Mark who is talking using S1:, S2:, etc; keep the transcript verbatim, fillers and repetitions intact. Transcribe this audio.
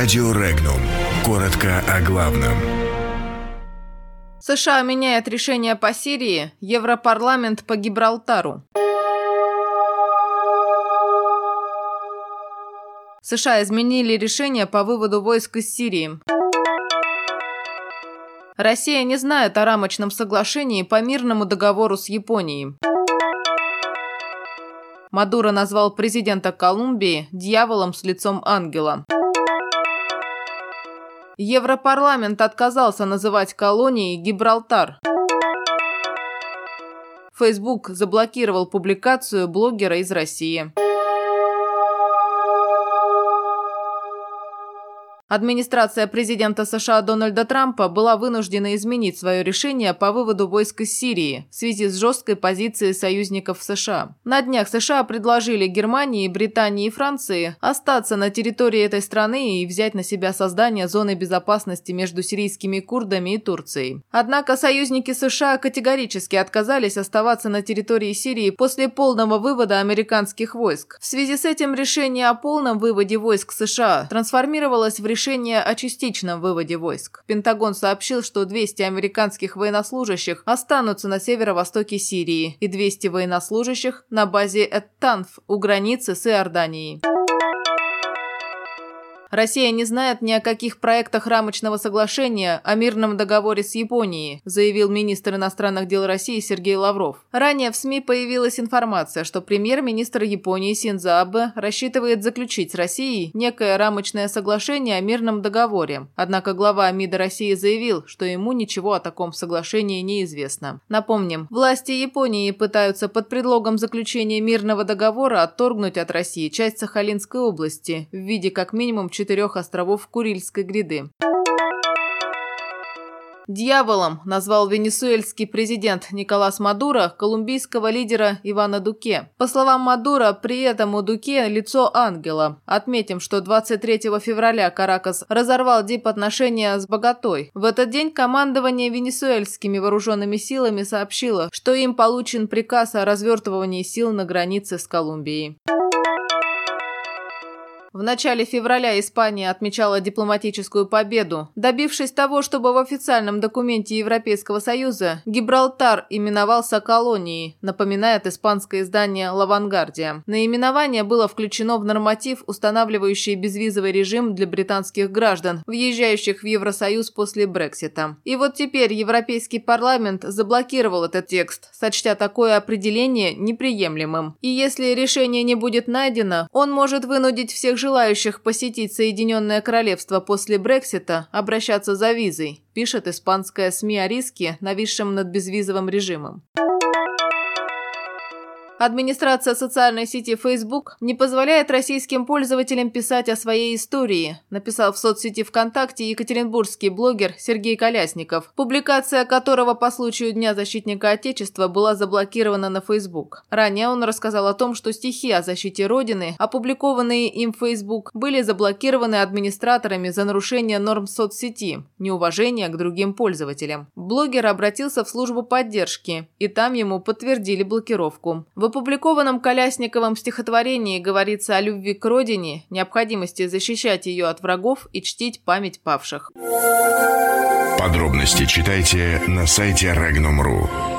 S1: Радио Регнум. Коротко о главном.
S2: США меняет решение по Сирии, Европарламент по Гибралтару. США изменили решение по выводу войск из Сирии. Россия не знает о рамочном соглашении по мирному договору с Японией. Мадуро назвал президента Колумбии дьяволом с лицом ангела. Европарламент отказался называть колонией Гибралтар. Facebook заблокировал публикацию блогера из России. Администрация президента США Дональда Трампа была вынуждена изменить свое решение по выводу войск из Сирии в связи с жесткой позицией союзников США. На днях США предложили Германии, Британии и Франции остаться на территории этой страны и взять на себя создание зоны безопасности между сирийскими курдами и Турцией. Однако союзники США категорически отказались оставаться на территории Сирии после полного вывода американских войск. В связи с этим решение о полном выводе войск США трансформировалось в решение о частичном выводе войск. Пентагон сообщил, что двести американских военнослужащих останутся на северо-востоке Сирии и двести военнослужащих на базе Эт-Танф у границы с Иорданией. Россия не знает ни о каких проектах рамочного соглашения о мирном договоре с Японией, заявил министр иностранных дел России Сергей Лавров. Ранее в СМИ появилась информация, что премьер-министр Японии Синдзо Абэ рассчитывает заключить с Россией некое рамочное соглашение о мирном договоре. Однако глава МИДа России заявил, что ему ничего о таком соглашении не известно. Напомним, власти Японии пытаются под предлогом заключения мирного договора отторгнуть от России часть Сахалинской области в виде как минимум четырех островов Курильской гряды. Дьяволом назвал венесуэльский президент Николас Мадуро колумбийского лидера Ивана Дуке. По словам Мадуро, при этом у Дуке лицо ангела. Отметим, что двадцать третьего февраля Каракас разорвал дипотношения с Боготой. В этот день командование венесуэльскими вооруженными силами сообщило, что им получен приказ о развертывании сил на границе с Колумбией. В начале февраля Испания отмечала дипломатическую победу, добившись того, чтобы в официальном документе Европейского Союза Гибралтар именовался колонией, напоминает испанское издание «Ла Вангардия». Наименование было включено в норматив, устанавливающий безвизовый режим для британских граждан, въезжающих в Евросоюз после Брексита. И вот теперь Европейский парламент заблокировал этот текст, сочтя такое определение неприемлемым. И если решение не будет найдено, он может вынудить всех желающих посетить Соединенное Королевство после Брексита обращаться за визой, пишет испанская СМИ о риске, нависшем над безвизовым режимом. Администрация социальной сети Facebook не позволяет российским пользователям писать о своей истории, написал в соцсети ВКонтакте екатеринбургский блогер Сергей Колясников, публикация которого по случаю Дня защитника Отечества была заблокирована на Facebook. Ранее он рассказал о том, что стихи о защите Родины, опубликованные им в Facebook, были заблокированы администраторами за нарушение норм соцсети, неуважение к другим пользователям. Блогер обратился в службу поддержки, и там ему подтвердили блокировку. В опубликованном Колясниковым стихотворении говорится о любви к родине, необходимости защищать ее от врагов и чтить память павших.
S1: Подробности читайте на сайте регнум точка ру.